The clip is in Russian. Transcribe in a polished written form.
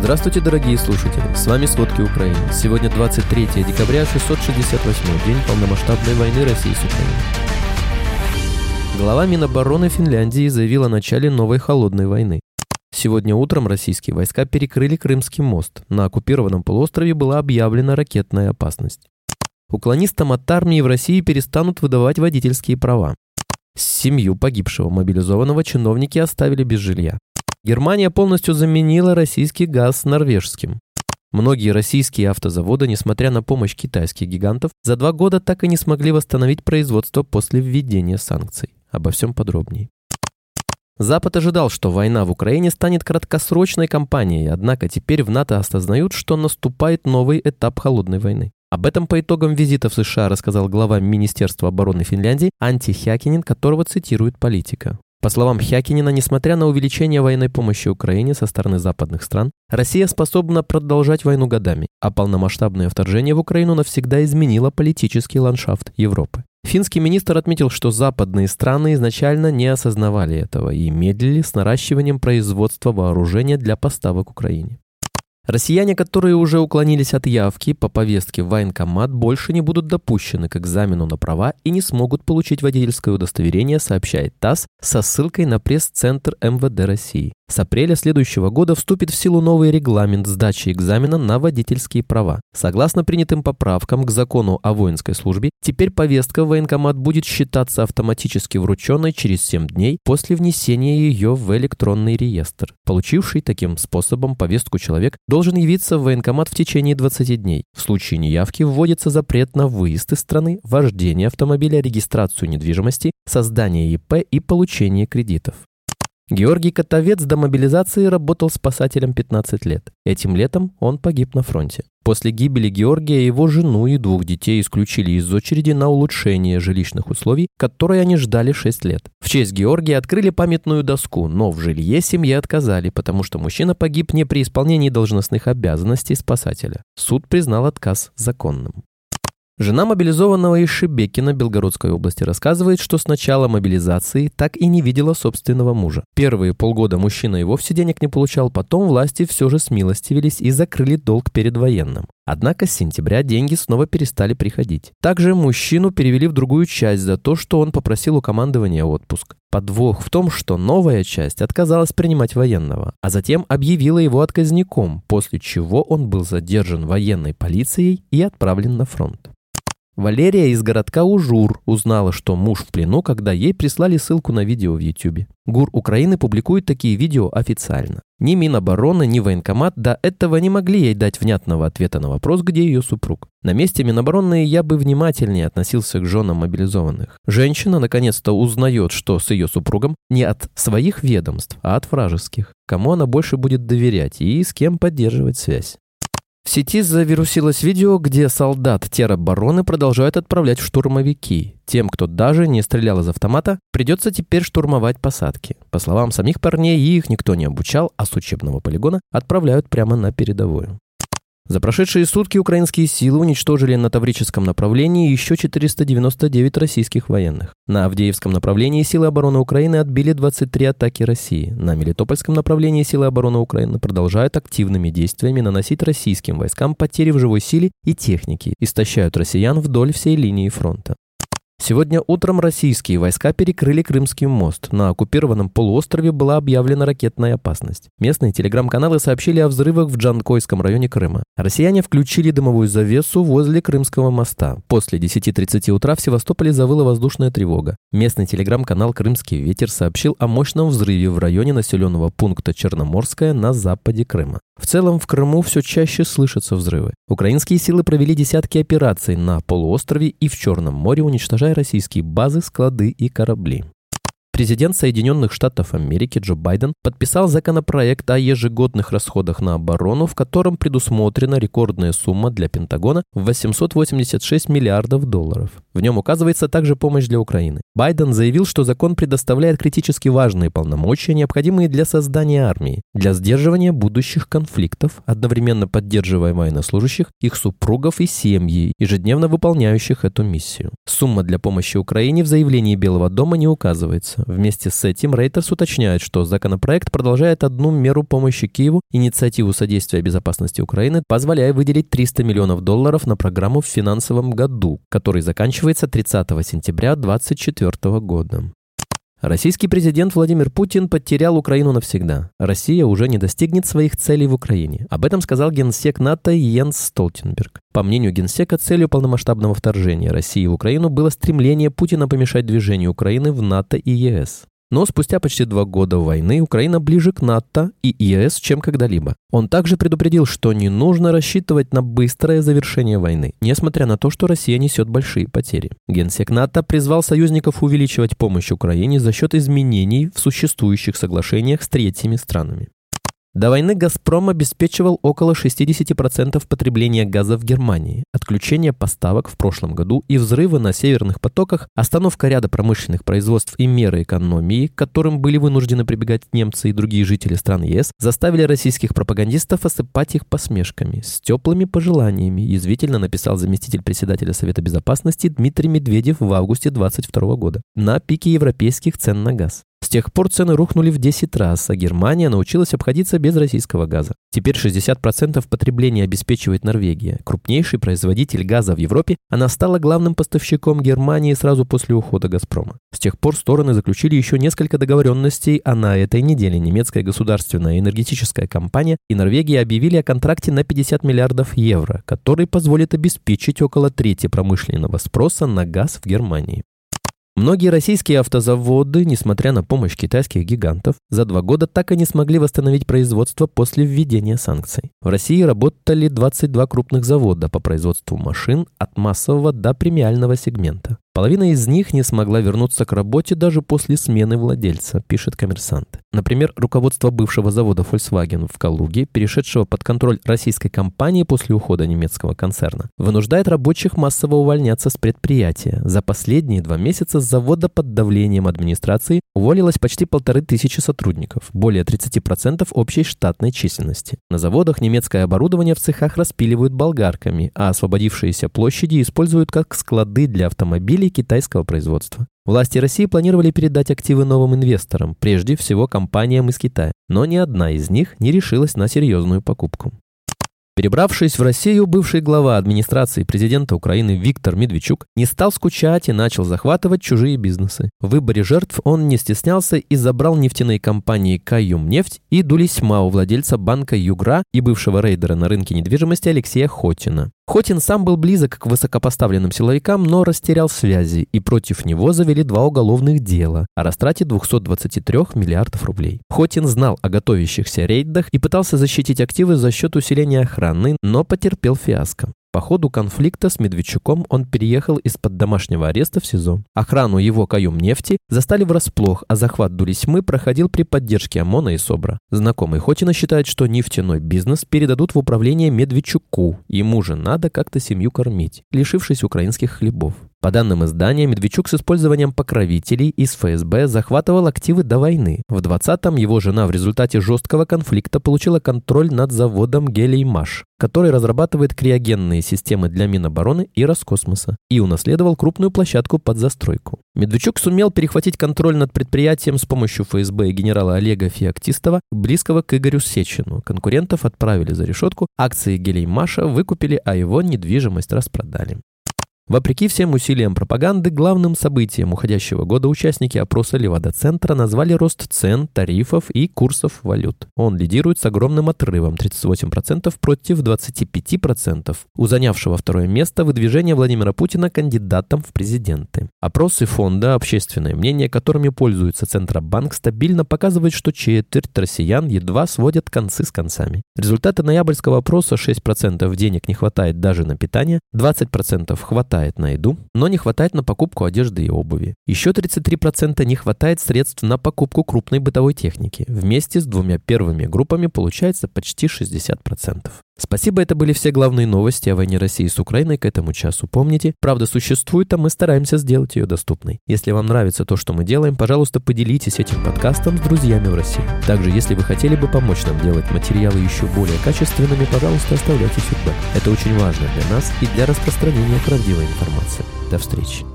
Здравствуйте, дорогие слушатели! С вами «Сводки Украины». Сегодня 23 декабря, 668-й день полномасштабной войны России с Украиной. Глава Минобороны Финляндии заявил о начале новой холодной войны. Сегодня утром российские войска перекрыли Крымский мост. На оккупированном полуострове была объявлена ракетная опасность. Уклонистам от армии в России перестанут выдавать водительские права. Семью погибшего мобилизованного чиновники оставили без жилья. Германия полностью заменила российский газ норвежским. Многие российские автозаводы, несмотря на помощь китайских гигантов, за 2 года так и не смогли восстановить производство после введения санкций. Обо всем подробнее. Запад ожидал, что война в Украине станет краткосрочной кампанией, однако теперь в НАТО осознают, что наступает новый этап холодной войны. Об этом по итогам визита в США рассказал глава Министерства обороны Финляндии Анtti Häkkinen, которого цитирует Политика. По словам Häkkinena, несмотря на увеличение военной помощи Украине со стороны западных стран, Россия способна продолжать войну годами, а полномасштабное вторжение в Украину навсегда изменило политический ландшафт Европы. Финский министр отметил, что западные страны изначально не осознавали этого и медлили с наращиванием производства вооружения для поставок Украине. Россияне, которые уже уклонились от явки по повестке в военкомат, больше не будут допущены к экзамену на права и не смогут получить водительское удостоверение, сообщает ТАСС со ссылкой на пресс-центр МВД России. С апреля следующего года вступит в силу новый регламент сдачи экзамена на водительские права. Согласно принятым поправкам к закону о воинской службе, теперь повестка в военкомат будет считаться автоматически врученной через 7 дней после внесения ее в электронный реестр. Получивший таким способом повестку человек должен явиться в военкомат в течение 20 дней. В случае неявки вводится запрет на выезд из страны, вождение автомобиля, регистрацию недвижимости, создание ИП и получение кредитов. Георгий Котовец до мобилизации работал спасателем 15 лет. Этим летом он погиб на фронте. После гибели Георгия его жену и 2 детей исключили из очереди на улучшение жилищных условий, которые они ждали 6 лет. В честь Георгия открыли памятную доску, но в жилье семье отказали, потому что мужчина погиб не при исполнении должностных обязанностей спасателя. Суд признал отказ законным. Жена мобилизованного из Шебекино Белгородской области рассказывает, что с начала мобилизации так и не видела собственного мужа. Первые полгода мужчина и вовсе денег не получал, потом власти все же смилостивились и закрыли долг перед военным. Однако с сентября деньги снова перестали приходить. Также мужчину перевели в другую часть за то, что он попросил у командования отпуск. Подвох в том, что новая часть отказалась принимать военного, а затем объявила его отказником, после чего он был задержан военной полицией и отправлен на фронт. Валерия из городка Ужур узнала, что муж в плену, когда ей прислали ссылку на видео в YouTube. ГУР Украины публикует такие видео официально. Ни Минобороны, ни военкомат до этого не могли ей дать внятного ответа на вопрос, где ее супруг. На месте Минобороны я бы внимательнее относился к женам мобилизованных. Женщина наконец-то узнает, что с ее супругом не от своих ведомств, а от вражеских. Кому она больше будет доверять и с кем поддерживать связь. В сети завирусилось видео, где солдат теробороны продолжают отправлять в штурмовики. Тем, кто даже не стрелял из автомата, придется теперь штурмовать посадки. По словам самих парней, их никто не обучал, а с учебного полигона отправляют прямо на передовую. За прошедшие сутки украинские силы уничтожили на Таврическом направлении еще 499 российских военных. На Авдеевском направлении силы обороны Украины отбили 23 атаки России. На Мелитопольском направлении силы обороны Украины продолжают активными действиями наносить российским войскам потери в живой силе и технике, истощают россиян вдоль всей линии фронта. Сегодня утром российские войска перекрыли Крымский мост. На оккупированном полуострове была объявлена ракетная опасность. Местные телеграм-каналы сообщили о взрывах в Джанкойском районе Крыма. Россияне включили дымовую завесу возле Крымского моста. После 10:30 утра в Севастополе завыла воздушная тревога. Местный телеграм-канал «Крымский ветер» сообщил о мощном взрыве в районе населенного пункта Черноморская на западе Крыма. В целом в Крыму все чаще слышатся взрывы. Украинские силы провели десятки операций на полуострове и в Черном море, уничтожая российские базы, склады и корабли. Президент Соединенных Штатов Америки Джо Байден подписал законопроект о ежегодных расходах на оборону, в котором предусмотрена рекордная сумма для Пентагона в $886 миллиардов. В нем указывается также помощь для Украины. Байден заявил, что закон предоставляет критически важные полномочия, необходимые для создания армии, для сдерживания будущих конфликтов, одновременно поддерживая военнослужащих, их супругов и семьи, ежедневно выполняющих эту миссию. Сумма для помощи Украине в заявлении Белого дома не указывается. Вместе с этим Reuters уточняет, что законопроект продолжает одну меру помощи Киеву, инициативу содействия безопасности Украины, позволяя выделить $300 миллионов на программу в финансовом году, который заканчивается 30 сентября 2024 года. Российский президент Владимир Путин потерял Украину навсегда. Россия уже не достигнет своих целей в Украине. Об этом сказал генсек НАТО Йенс Столтенберг. По мнению генсека, целью полномасштабного вторжения России в Украину было стремление Путина помешать движению Украины в НАТО и ЕС. Но спустя почти 2 года войны Украина ближе к НАТО и ЕС, чем когда-либо. Он также предупредил, что не нужно рассчитывать на быстрое завершение войны, несмотря на то, что Россия несет большие потери. Генсек НАТО призвал союзников увеличивать помощь Украине за счет изменений в существующих соглашениях с третьими странами. До войны «Газпром» обеспечивал около 60% потребления газа в Германии. Отключение поставок в прошлом году и взрывы на северных потоках, остановка ряда промышленных производств и меры экономии, к которым были вынуждены прибегать немцы и другие жители стран ЕС, заставили российских пропагандистов осыпать их посмешками. С теплыми пожеланиями язвительно написал заместитель председателя Совета Безопасности Дмитрий Медведев в августе 2022 года на пике европейских цен на газ. С тех пор цены рухнули в 10 раз, а Германия научилась обходиться без российского газа. Теперь 60% потребления обеспечивает Норвегия. Крупнейший производитель газа в Европе, она стала главным поставщиком Германии сразу после ухода «Газпрома». С тех пор стороны заключили еще несколько договоренностей, а на этой неделе немецкая государственная энергетическая компания и Норвегия объявили о контракте на 50 миллиардов евро, который позволит обеспечить около трети промышленного спроса на газ в Германии. Многие российские автозаводы, несмотря на помощь китайских гигантов, за 2 года так и не смогли восстановить производство после введения санкций. В России работали 22 крупных завода по производству машин от массового до премиального сегмента. Половина из них не смогла вернуться к работе даже после смены владельца, пишет «Коммерсант». Например, руководство бывшего завода Volkswagen в Калуге, перешедшего под контроль российской компании после ухода немецкого концерна, вынуждает рабочих массово увольняться с предприятия. За последние 2 месяца с завода под давлением администрации уволилось почти 1500 сотрудников, более 30% общей штатной численности. На заводах немецкое оборудование в цехах распиливают болгарками, а освободившиеся площади используют как склады для автомобилей китайского производства. Власти России планировали передать активы новым инвесторам, прежде всего компаниям из Китая, но ни одна из них не решилась на серьезную покупку. Перебравшись в Россию, бывший глава администрации президента Украины Виктор Медведчук не стал скучать и начал захватывать чужие бизнесы. В выборе жертв он не стеснялся и забрал нефтяные компании «Каюмнефть» и «Дулисьма» у владельца банка «Югра» и бывшего рейдера на рынке недвижимости Алексея Хотина. Хотин сам был близок к высокопоставленным силовикам, но растерял связи, и против него завели 2 уголовных дела о растрате 223 миллиардов рублей. Хотин знал о готовящихся рейдах и пытался защитить активы за счет усиления охраны, но потерпел фиаско. По ходу конфликта с Медведчуком он переехал из-под домашнего ареста в СИЗО. Охрану его «Каюмнефти» застали врасплох, а захват Дулисьмы проходил при поддержке ОМОНа и СОБРа. Знакомый Хотина считает, что нефтяной бизнес передадут в управление Медведчуку. Ему же надо как-то семью кормить, лишившись украинских хлебов. По данным издания, Медведчук с использованием покровителей из ФСБ захватывал активы до войны. В 2020-м его жена в результате жесткого конфликта получила контроль над заводом «Гелеймаш», который разрабатывает криогенные системы для Минобороны и Роскосмоса, и унаследовал крупную площадку под застройку. Медведчук сумел перехватить контроль над предприятием с помощью ФСБ и генерала Олега Феоктистова, близкого к Игорю Сечину. Конкурентов отправили за решетку, акции «Гелеймаша» выкупили, а его недвижимость распродали. Вопреки всем усилиям пропаганды, главным событием уходящего года участники опроса Левада-центра назвали рост цен, тарифов и курсов валют. Он лидирует с огромным отрывом 38% против 25% у занявшего 2-е место выдвижения Владимира Путина кандидатом в президенты. Опросы фонда «Общественное мнение», которыми пользуется Центробанк, стабильно показывают, что четверть россиян едва сводят концы с концами. Результаты ноябрьского опроса: 6% денег не хватает даже на питание, 20% хватает на еду, но не хватает на покупку одежды и обуви. Еще 33% не хватает средств на покупку крупной бытовой техники. Вместе с 2 первыми группами получается почти 60%. Спасибо, это были все главные новости о войне России с Украиной к этому часу. Помните, правда существует, а мы стараемся сделать ее доступной. Если вам нравится то, что мы делаем, пожалуйста, поделитесь этим подкастом с друзьями в России. Также, если вы хотели бы помочь нам делать материалы еще более качественными, пожалуйста, оставляйте фидбэк. Это очень важно для нас и для распространения правдивой информации. До встречи.